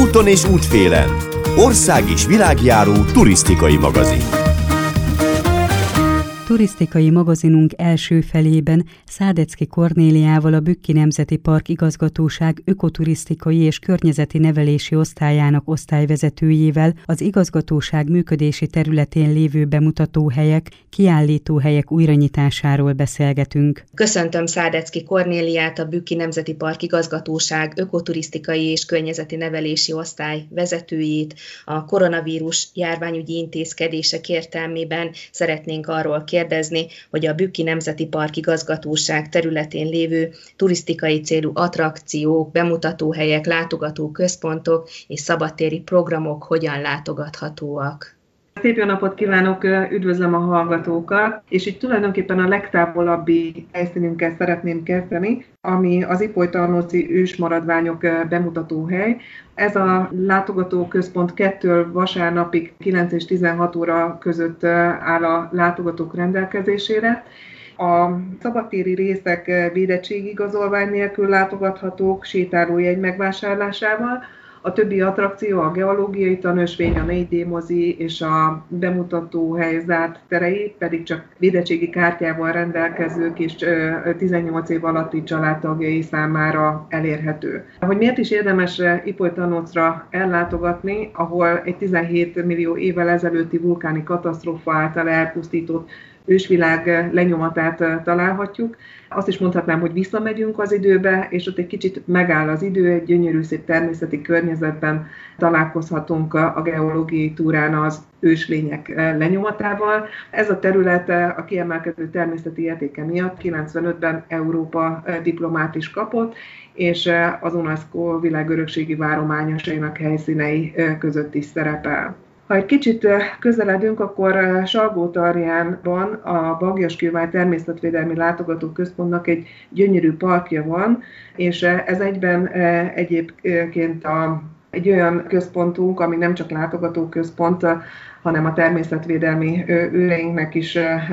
Úton és útfélen. Ország- és világjáró turisztikai magazin. Turisztikai magazinunk első felében Szádeczky Kornéliával, a Bükki Nemzeti Park Igazgatóság ökoturisztikai és környezeti nevelési osztályának osztályvezetőjével az igazgatóság működési területén lévő bemutatóhelyek, kiállítóhelyek újranyitásáról beszélgetünk. Köszöntöm Szádeczky Kornéliát, a Bükki Nemzeti Park Igazgatóság ökoturisztikai és környezeti nevelési osztály vezetőjét. A koronavírus járványügyi intézkedések értelmében szeretnénk arról kérdezni, hogy a Bükki Nemzeti Park Igazgatóság területén lévő turisztikai célú attrakciók, bemutatóhelyek, látogatóközpontok és szabadtéri programok hogyan látogathatóak. Szép jó napot kívánok, üdvözlöm a hallgatókat, és itt tulajdonképpen a legtávolabbi helyszínünkkel szeretném kezdeni, ami az Ipolytarnóci ősmaradványok bemutatóhely. Ez a látogatóközpont 2 vasárnapig 9 és 16 óra között áll a látogatók rendelkezésére. A szabadtéri részek védettségigazolvány nélkül látogathatók sétálójegy megvásárlásával. A többi attrakció, a geológiai tanösvény, a 4D mozi és a bemutatóhely zárt terei pedig csak védettségi kártyával rendelkezők és 18 év alatti családtagjai számára elérhető. Hogy miért is érdemes Ipolytarnócra ellátogatni, ahol egy 17 millió évvel ezelőtti vulkáni katasztrófa által elpusztított ősvilág lenyomatát találhatjuk. Azt is mondhatnám, hogy visszamegyünk az időbe, és ott egy kicsit megáll az idő, egy gyönyörű szép természeti környezetben találkozhatunk a geológiai túrán az őslények lenyomatával. Ez a terület a kiemelkedő természeti értéke miatt 95-ben Európa diplomát is kapott, és az UNESCO világörökségi várományosainak helyszínei között is szerepel. Ha egy kicsit közeledünk, akkor Salgótarjánban a Baglyas-Kővágy Természetvédelmi Látogatóközpontnak egy gyönyörű parkja van, és ez egyben egyébként egy olyan központunk, ami nem csak látogatóközpont, hanem a természetvédelmi őreinknek is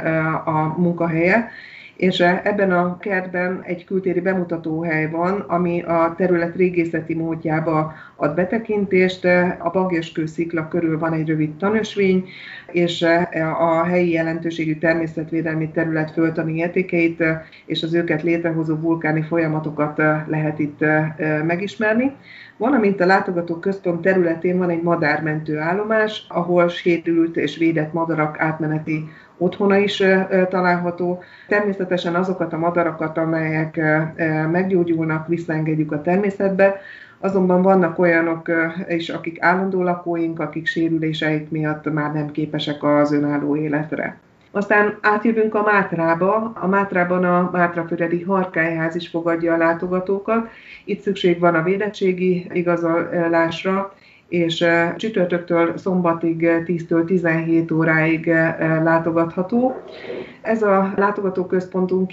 a munkahelye. És ebben a kertben egy kültéri bemutatóhely van, ami a terület régészeti módjába ad betekintést. A Baglyas-kő szikla körül van egy rövid tanösvény, és a helyi jelentőségű természetvédelmi terület földtani értékeit és az őket létrehozó vulkáni folyamatokat lehet itt megismerni. Valamint a látogatóközpont területén van egy madármentő állomás, ahol sérült és védett madarak átmeneti otthona is található. Természetesen azokat a madarakat, amelyek meggyógyulnak, visszaengedjük a természetbe, azonban vannak olyanok is, akik állandó lakóink, akik sérüléseik miatt már nem képesek az önálló életre. Aztán átjövünk a Mátrába. A Mátrában a Mátrafüredi Harkályház is fogadja a látogatókat. Itt szükség van a védettségi igazolásra, és csütörtöktől szombatig 10-től 17 óráig látogatható. Ez a látogatóközpontunk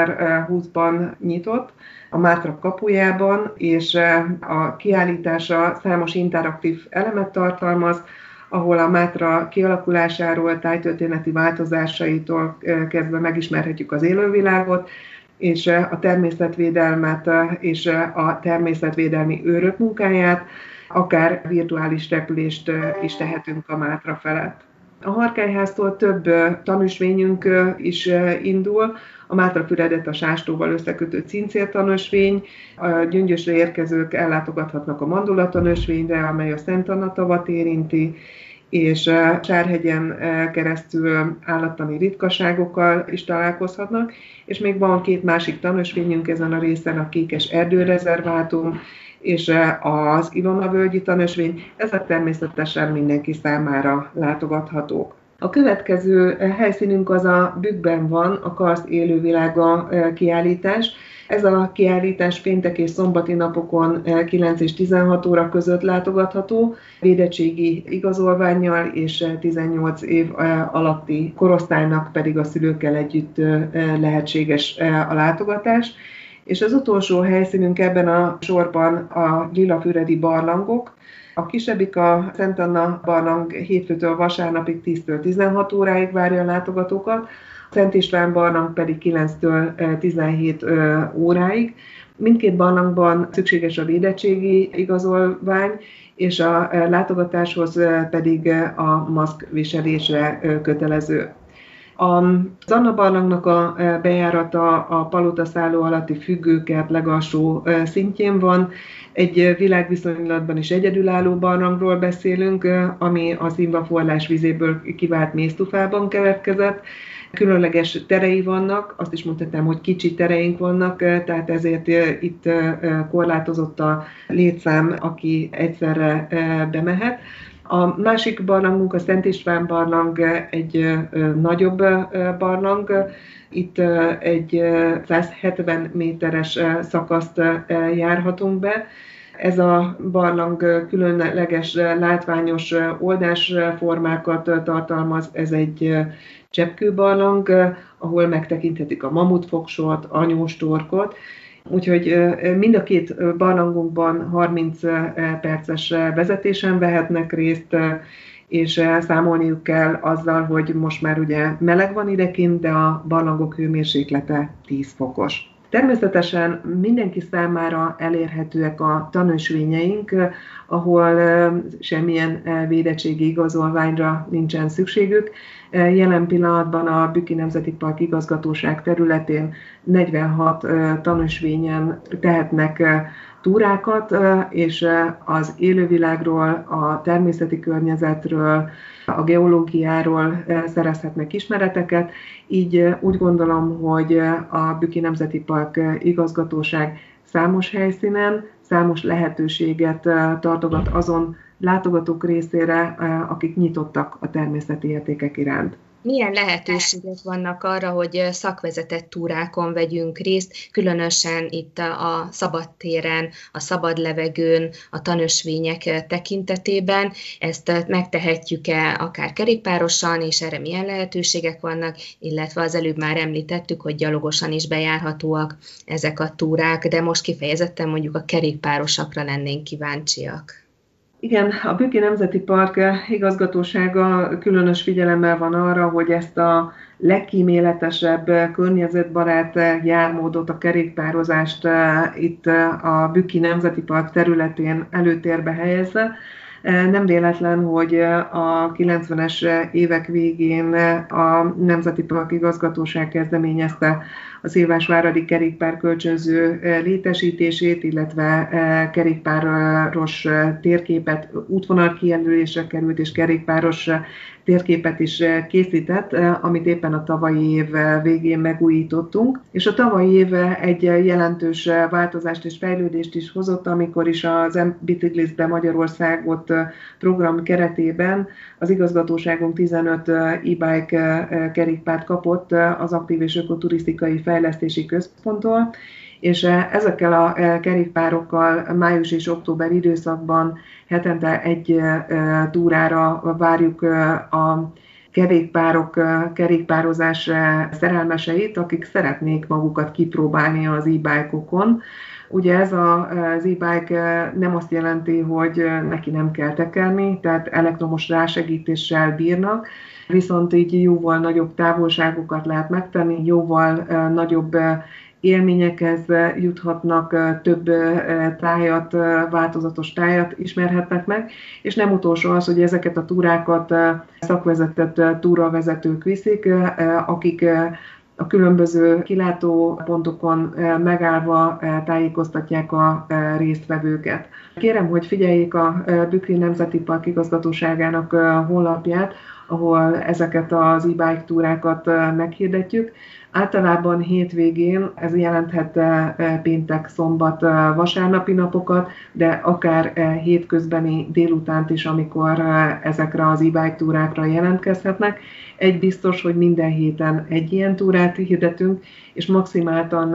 2020-ban nyitott a Mátra kapujában, és a kiállítása számos interaktív elemet tartalmaz, ahol a Mátra kialakulásáról, tájtörténeti változásaitól kezdve megismerhetjük az élővilágot, és a természetvédelmet és a természetvédelmi őrök munkáját, akár virtuális repülést is tehetünk a Mátra felett. A Harkályháztól több tanösvényünk is indul. A Mátrafüredet a Sástóval összekötő cincértanösvény, a Gyöngyösre érkezők ellátogathatnak a Mandula tanösvényre, amely a Szent Anna tavat érinti, és Sárhegyen keresztül állattani ritkaságokkal is találkozhatnak, és még van 2 másik tanösvényünk ezen a részen, a Kékes erdőrezervátum, és az Ilona-völgyi tanösvény, ezek természetesen mindenki számára látogathatók. A következő helyszínünk az a Bükkben van, a Karsz élővilága kiállítás. Ez a kiállítás péntek és szombati napokon 9 és 16 óra között látogatható, védettségi igazolvánnyal és 18 év alatti korosztálynak pedig a szülőkkel együtt lehetséges a látogatás. És az utolsó helyszínünk ebben a sorban a Lilafüredi barlangok. A kisebbik a Szent Anna barlang hétfőtől vasárnapig 10-től 16 óráig várja a látogatókat, Szent István barlang pedig 9-től 17 óráig. Mindkét barlangban szükséges a védettségi igazolvány, és a látogatáshoz pedig a maszk viselése kötelező. Az Anna barlangnak a bejárata a palotaszálló alatti függőkert legalsó szintjén van. Egy világviszonylatban is egyedülálló barlangról beszélünk, ami az Imva forrás vizéből kivált mésztufában keletkezett. Különleges terei vannak, azt is mondhatnám, hogy kicsi tereink vannak, tehát ezért itt korlátozott a létszám, aki egyszerre bemehet. A másik barlangunk, a Szent István barlang egy nagyobb barlang. Itt egy 170 méteres szakaszt járhatunk be. Ez a barlang különleges látványos oldásformákat tartalmaz. Ez egy cseppkőbarlang, ahol megtekinthetik a mamutfogsort, anyóstorkot. Úgyhogy mind a két barlangunkban 30 perces vezetésen vehetnek részt, és számolniuk kell azzal, hogy most már ugye meleg van idekint, de a barlangok hőmérséklete 10 fokos. Természetesen mindenki számára elérhetőek a tanösvényeink, ahol semmilyen védettségi igazolványra nincsen szükségük. Jelen pillanatban a Bükki Nemzeti Park igazgatóság területén 46 tanösvényen tehetnek túrákat, és az élővilágról, a természeti környezetről, a geológiáról szerezhetnek ismereteket. Így úgy gondolom, hogy a Bükki Nemzeti Park igazgatóság számos helyszínen, számos lehetőséget tartogat azon látogatók részére, akik nyitottak a természeti értékek iránt. Milyen lehetőségek vannak arra, hogy szakvezetett túrákon vegyünk részt, különösen itt a szabadtéren, a szabad levegőn, a tanösvények tekintetében? Ezt megtehetjük-e akár kerékpárosan, és erre milyen lehetőségek vannak, illetve az előbb már említettük, hogy gyalogosan is bejárhatóak ezek a túrák, de most kifejezetten mondjuk a kerékpárosakra lennénk kíváncsiak. Igen, a Bükki Nemzeti Park igazgatósága különös figyelemmel van arra, hogy ezt a legkíméletesebb, környezetbarát jármódot, a kerékpározást itt a Bükki Nemzeti Park területén előtérbe helyezze. Nem véletlen, hogy a 90-es évek végén a Nemzeti Park igazgatóság kezdeményezte a Szilvásváradi kerékpárkölcsönző létesítését, illetve kerékpáros térképet, útvonal kijelölésre került, és kerékpáros térképet is készített, amit éppen a tavalyi év végén megújítottunk. És a tavalyi év egy jelentős változást és fejlődést is hozott, amikor is az Biciklisztbe Magyarországot program keretében az igazgatóságunk 15 e-bike kerékpárt kapott az Aktív és Ökoturisztikai Fejlesztési Központtól, és ezekkel a kerékpárokkal május és október időszakban hetente egy túrára várjuk a kerékpározás szerelmeseit, akik szeretnék magukat kipróbálni az e-bike-okon. Ugye ez az e-bike nem azt jelenti, hogy neki nem kell tekerni, tehát elektromos rásegítéssel bírnak, viszont így jóval nagyobb távolságokat lehet megtenni, jóval nagyobb élményekhez juthatnak, több tájat, változatos tájat ismerhetnek meg, és nem utolsó az, hogy ezeket a túrákat szakvezetett túravezetők viszik, akik a különböző kilátópontokon megállva tájékoztatják a résztvevőket. Kérem, hogy figyeljék a Bükki Nemzeti Park igazgatóságának honlapját, ahol ezeket az e-bike túrákat meghirdetjük. Általában hétvégén ez jelenthet péntek, szombat, vasárnapi napokat, de akár hétközbeni délutánt is, amikor ezekre az e-bike túrákra jelentkezhetnek. Egy biztos, hogy minden héten egy ilyen túrát hirdetünk, és maximáltan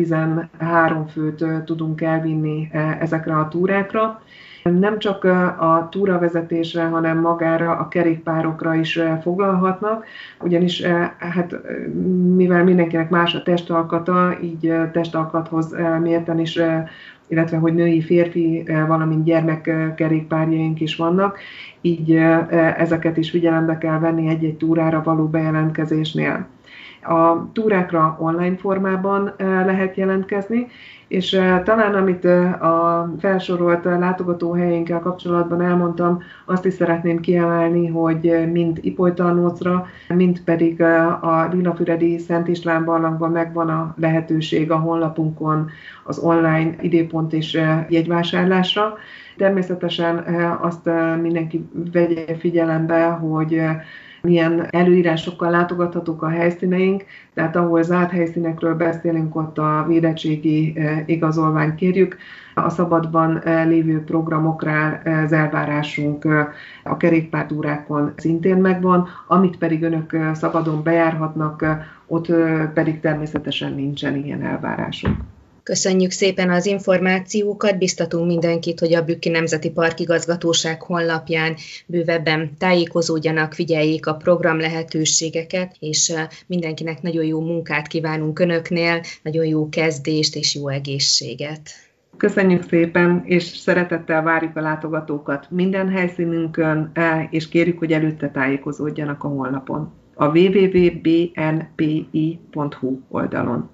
13 főt tudunk elvinni ezekre a túrákra. Nem csak a túravezetésre, hanem magára a kerékpárokra is foglalhatnak, ugyanis hát, mivel mindenkinek más a testalkata, így testalkathoz mérten is, illetve hogy női, férfi, valamint gyermekkerékpárjaink is vannak, így ezeket is figyelembe kell venni egy-egy túrára való bejelentkezésnél. A túrákra online formában lehet jelentkezni, és talán amit a felsorolt látogatóhelyeinkkel kapcsolatban elmondtam, azt is szeretném kiemelni, hogy mind Ipolytarnócra, mind pedig a Lillafüredi Szent István barlangban megvan a lehetőség a honlapunkon az online időpont és jegyvásárlásra. Természetesen azt mindenki vegye figyelembe, hogy milyen előírásokkal látogathatók a helyszíneink, tehát ahol zárt helyszínekről beszélünk, ott a védettségi igazolványt kérjük. A szabadban lévő programokra az elvárásunk a kerékpártúrákon szintén megvan, amit pedig önök szabadon bejárhatnak, ott pedig természetesen nincsen ilyen elvárásunk. Köszönjük szépen az információkat, biztatunk mindenkit, hogy a Bükki Nemzeti Park Igazgatóság honlapján bővebben tájékozódjanak, figyeljék a program lehetőségeket, és mindenkinek nagyon jó munkát kívánunk önöknél, nagyon jó kezdést és jó egészséget. Köszönjük szépen, és szeretettel várjuk a látogatókat minden helyszínünkön, és kérjük, hogy előtte tájékozódjanak a honlapon, a www.bnpi.hu oldalon.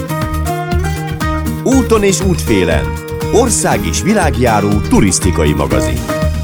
Úton és útfélen. Ország- és világjáró turisztikai magazin.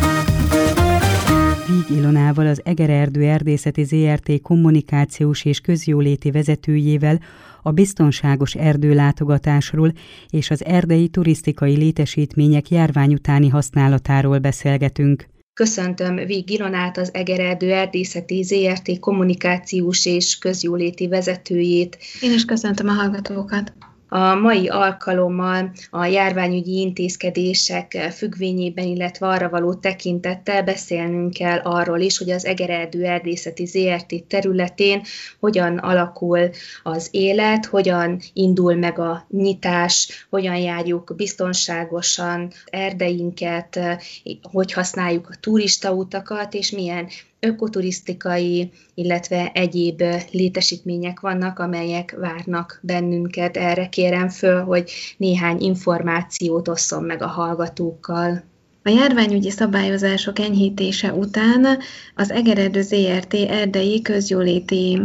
Víg Ilonával, az Egererdő Erdészeti Zrt. Kommunikációs és közjóléti vezetőjével a biztonságos erdőlátogatásról és az erdei turisztikai létesítmények járvány utáni használatáról beszélgetünk. Köszöntöm Víg Ilonát, az Egererdő Erdészeti Zrt. Kommunikációs és közjóléti vezetőjét. Én is köszöntöm a hallgatókat. A mai alkalommal a járványügyi intézkedések függvényében, illetve arra való tekintettel beszélnünk kell arról is, hogy az Egererdő Erdészeti Zrt. Területén hogyan alakul az élet, hogyan indul meg a nyitás, hogyan járjuk biztonságosan erdeinket, hogy használjuk a turistautakat, és milyen ökoturisztikai, illetve egyéb létesítmények vannak, amelyek várnak bennünket. Erre kérem föl, hogy néhány információt osszon meg a hallgatókkal. A járványügyi szabályozások enyhítése után az Egererdő Zrt. Erdei közjóléti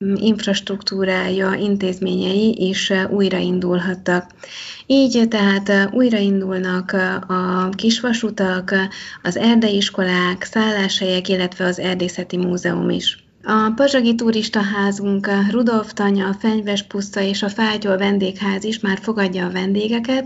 infrastruktúrája, intézményei is újraindulhattak. Így tehát újraindulnak a kisvasutak, az erdeiiskolák, szálláshelyek, illetve az Erdészeti Múzeum is. A Pazsagi Turistaházunk, Rudolf Tanya, a Fenyves Puszta és a Fátyol vendégház is már fogadja a vendégeket,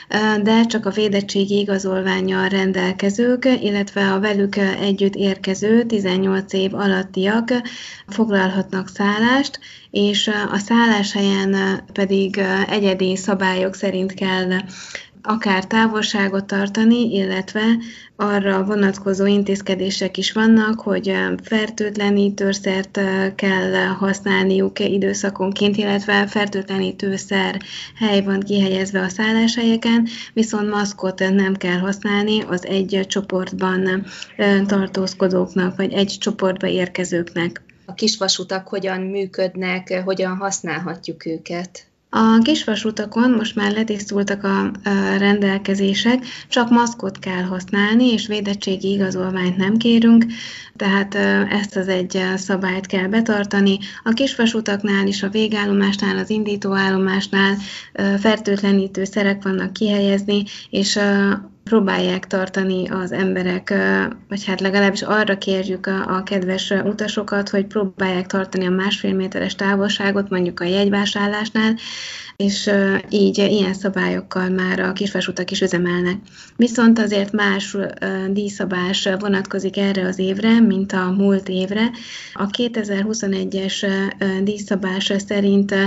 de csak a védettségi igazolvánnyal rendelkezők, illetve a velük együtt érkező 18 év alattiak foglalhatnak szállást, és a szálláshelyen pedig egyedi szabályok szerint kell akár távolságot tartani, illetve arra vonatkozó intézkedések is vannak, hogy fertőtlenítőszert kell használniuk időszakonként, illetve fertőtlenítőszer hely van kihelyezve a szálláshelyeken, viszont maszkot nem kell használni az egy csoportban tartózkodóknak, vagy egy csoportba érkezőknek. A kisvasutak hogyan működnek, hogyan használhatjuk őket? A kisvasutakon most már letisztultak a rendelkezések, csak maszkot kell használni, és védettségi igazolványt nem kérünk, tehát ezt az egy szabályt kell betartani. A kisvasutaknál is, a végállomásnál, az indítóállomásnál fertőtlenítő szerek vannak kihelyezni, és próbálják tartani az emberek, vagy hát legalábbis arra kérjük a kedves utasokat, hogy próbálják tartani a 1,5 méteres távolságot, mondjuk a jegyvásárlásnál, és így ilyen szabályokkal már a kisvasutak is üzemelnek. Viszont azért más díjszabás vonatkozik erre az évre, mint a múlt évre. A 2021-es díjszabás szerint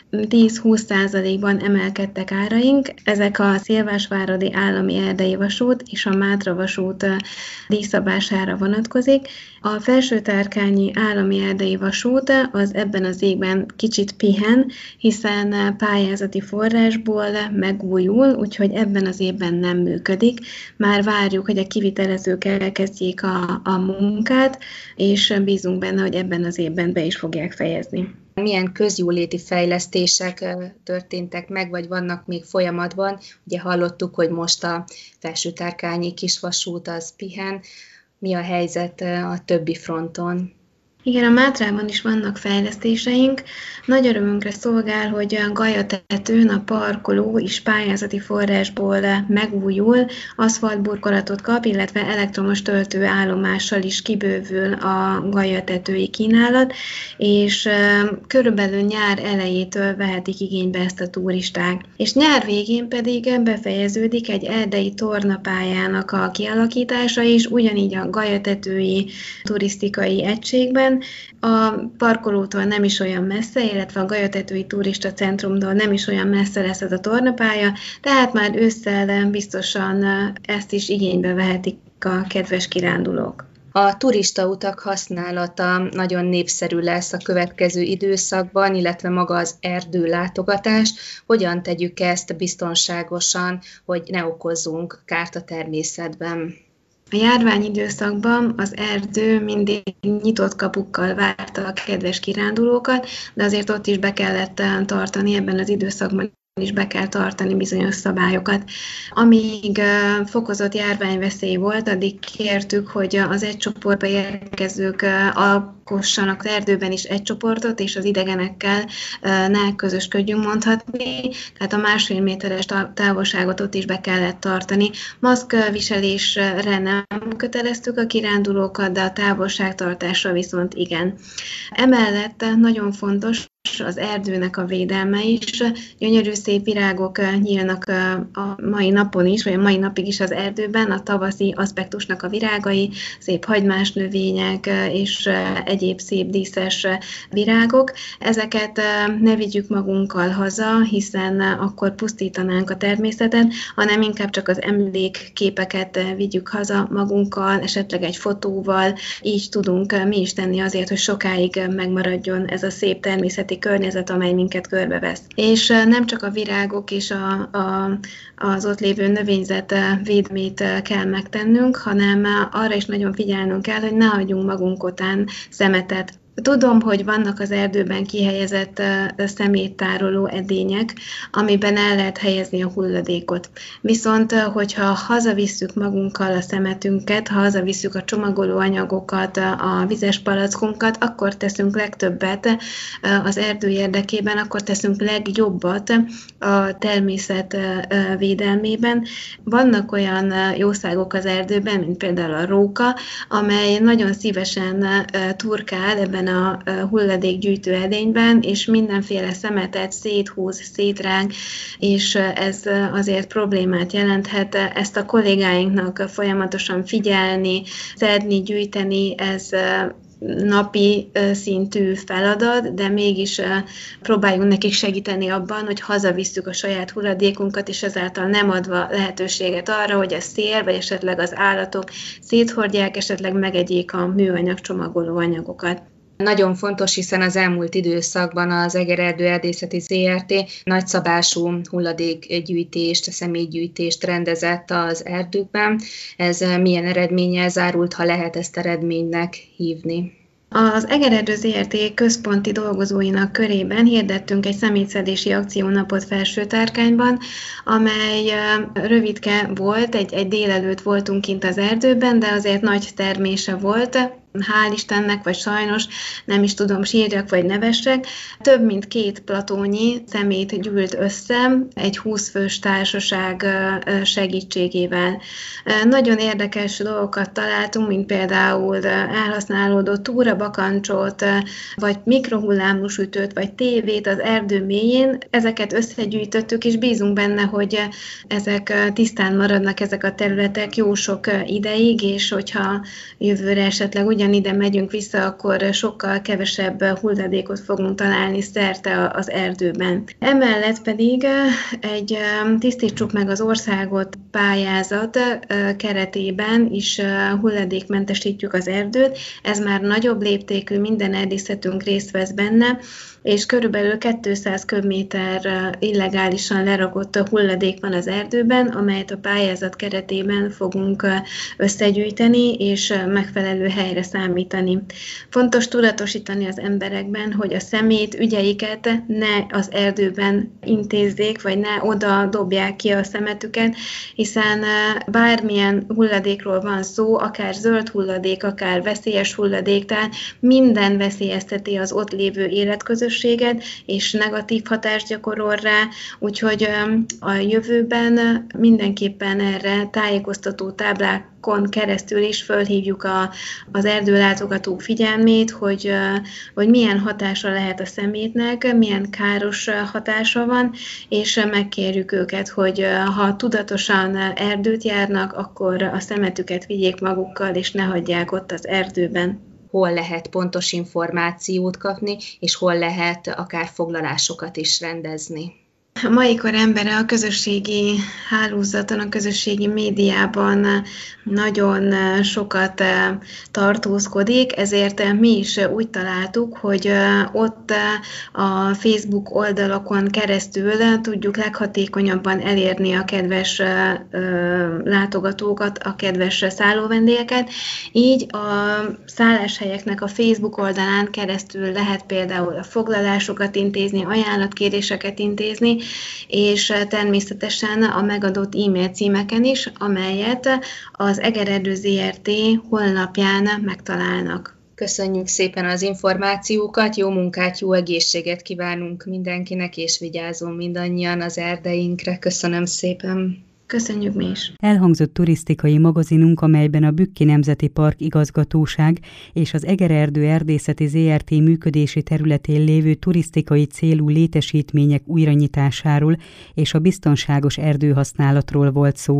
10-20%-ban emelkedtek áraink. Ezek a Szilvásváradi Állami Erdei Vasút és a Mátra Vasút díjszabására vonatkozik. A Felsőtárkányi Állami Erdei Vasút az ebben az évben kicsit pihen, hiszen pályázati forrásból megújul, úgyhogy ebben az évben nem működik. Már várjuk, hogy a kivitelezők elkezdjék a munkát, és bízunk benne, hogy ebben az évben be is fogják fejezni. Milyen közjóléti fejlesztések történtek meg, vagy vannak még folyamatban? Ugye hallottuk, hogy most a Felsőtárkányi kisvasút az pihen. Mi a helyzet a többi fronton? Igen, a Mátrában is vannak fejlesztéseink. Nagy örömünkre szolgál, hogy a Galyatetőn a parkoló is pályázati forrásból megújul, aszfaltburkolatot kap, illetve elektromos töltőállomással is kibővül a Galyatetői kínálat, és körülbelül nyár elejétől vehetik igénybe ezt a turisták. És nyár végén pedig befejeződik egy erdei tornapályának a kialakítása is, ugyanígy a Galyatetői turisztikai egységben. A parkolótól nem is olyan messze, illetve a Galyatetői turista centrumtól nem is olyan messze lesz ez a tornapálya, tehát már ősszel biztosan ezt is igénybe vehetik a kedves kirándulók. A turistautak használata nagyon népszerű lesz a következő időszakban, illetve maga az erdőlátogatás. Hogyan tegyük ezt biztonságosan, hogy ne okozzunk kárt a természetben? A járványidőszakban az erdő mindig nyitott kapukkal várta a kedves kirándulókat, de azért ott is be kellett tartani, ebben az időszakban is be kell tartani bizonyos szabályokat. Amíg fokozott járványveszély volt, addig kértük, hogy az egy csoportba érkezők alkossanak az erdőben is egy csoportot, és az idegenekkel ne közösködjünk mondhatni, tehát a 1,5 méteres távolságot ott is be kellett tartani. Maszkviselésre nem köteleztük a kirándulókat, de a távolságtartásra viszont igen. Emellett nagyon fontos az erdőnek a védelme is. Gyönyörű szép virágok nyílnak a mai napon is, vagy a mai napig is az erdőben, a tavaszi aspektusnak a virágai, szép hagymás növények és egyéb szép díszes virágok. Ezeket ne vigyük magunkkal haza, hiszen akkor pusztítanánk a természetet, hanem inkább csak az emlékképeket vigyük haza magunkkal, esetleg egy fotóval, így tudunk mi is tenni azért, hogy sokáig megmaradjon ez a szép természeti környezet, amely minket körbevesz. És nem csak a virágok és az ott lévő növényzet védelmét kell megtennünk, hanem arra is nagyon figyelnünk kell, hogy ne hagyjunk magunk után szemetet. Tudom, hogy vannak az erdőben kihelyezett szeméttároló edények, amiben el lehet helyezni a hulladékot. Viszont, hogyha hazavisszük magunkkal a szemetünket, ha hazavisszük a csomagolóanyagokat, a vizes palackunkat, akkor teszünk legtöbbet az erdő érdekében, akkor teszünk legjobbat a természet védelmében. Vannak olyan jószágok az erdőben, mint például a róka, amely nagyon szívesen turkál ebben a hulladékgyűjtő edényben, és mindenféle szemetet széthúz, szétrág, és ez azért problémát jelenthet. Ezt a kollégáinknak folyamatosan figyelni, szedni, gyűjteni, ez napi szintű feladat, de mégis próbáljunk nekik segíteni abban, hogy hazavisszük a saját hulladékunkat, és ezáltal nem adva lehetőséget arra, hogy a szél, vagy esetleg az állatok széthordják, esetleg megegyék a műanyag csomagolóanyagokat. Nagyon fontos, hiszen az elmúlt időszakban az Egererdő Erdészeti ZRT nagyszabású hulladékgyűjtést, személygyűjtést rendezett az erdőkben. Ez milyen eredménnyel zárult, ha lehet ezt eredménynek hívni? Az Egererdő ZRT központi dolgozóinak körében hirdettünk egy szemétszedési akciónapot Felsőtárkányban, amely rövidke volt, egy délelőtt voltunk kint az erdőben, de azért nagy termése volt. Hál' Istennek, vagy sajnos, nem is tudom, sírjak vagy nevessek, több mint 2 platónyi szemét gyűlt össze egy 20 fős társaság segítségével. Nagyon érdekes dolgokat találtunk, mint például elhasználódott túrabakancsot, vagy mikrohullámú sütőt, vagy tévét az erdő mélyén. Ezeket összegyűjtöttük, és bízunk benne, hogy ezek tisztán maradnak, ezek a területek jó sok ideig, és hogyha jövőre esetleg ide megyünk vissza, akkor sokkal kevesebb hulladékot fogunk találni szerte az erdőben. Emellett pedig egy Tisztítsuk meg az országot pályázat keretében is hulladékmentesítjük az erdőt. Ez már nagyobb léptékű, minden erdészetünk részt vesz benne, és körülbelül 200 köbméter illegálisan lerakott hulladék van az erdőben, amelyet a pályázat keretében fogunk összegyűjteni és megfelelő helyre számítani. Fontos tudatosítani az emberekben, hogy a szemét ügyeiket ne az erdőben intézzék, vagy ne oda dobják ki a szemetüket, hiszen bármilyen hulladékról van szó, akár zöld hulladék, akár veszélyes hulladék, tehát minden veszélyezteti az ott lévő életközösséget, és negatív hatást gyakorol rá, úgyhogy a jövőben mindenképpen erre tájékoztató táblákon keresztül is fölhívjuk az erdőlátogatók figyelmét, hogy milyen hatása lehet a szemétnek, milyen káros hatása van, és megkérjük őket, hogy ha tudatosan erdőt járnak, akkor a szemetüket vigyék magukkal, és ne hagyják ott az erdőben. Hol lehet pontos információt kapni, és hol lehet akár foglalásokat is rendezni? A mai kor embere a közösségi hálózaton, a közösségi médiában nagyon sokat tartózkodik, ezért mi is úgy találtuk, hogy ott a Facebook oldalakon keresztül tudjuk leghatékonyabban elérni a kedves látogatókat, a kedves szállóvendégeket. Így a szálláshelyeknek a Facebook oldalán keresztül lehet például a foglalásokat intézni, ajánlatkéréseket intézni, és természetesen a megadott e-mail címeken is, amelyet az Egererdő ZRT honlapján megtalálnak. Köszönjük szépen az információkat, jó munkát, jó egészséget kívánunk mindenkinek, és vigyázzunk mindannyian az erdeinkre. Köszönöm szépen! Köszönjük mi is! Elhangzott turisztikai magazinunk, amelyben a Bükki Nemzeti Park igazgatóság és az Egererdő Erdészeti ZRT működési területén lévő turisztikai célú létesítmények újranyitásáról és a biztonságos erdőhasználatról volt szó.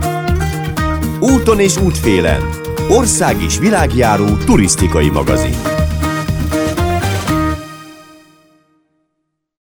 Úton és útfélen. Ország és világjáró turisztikai magazin.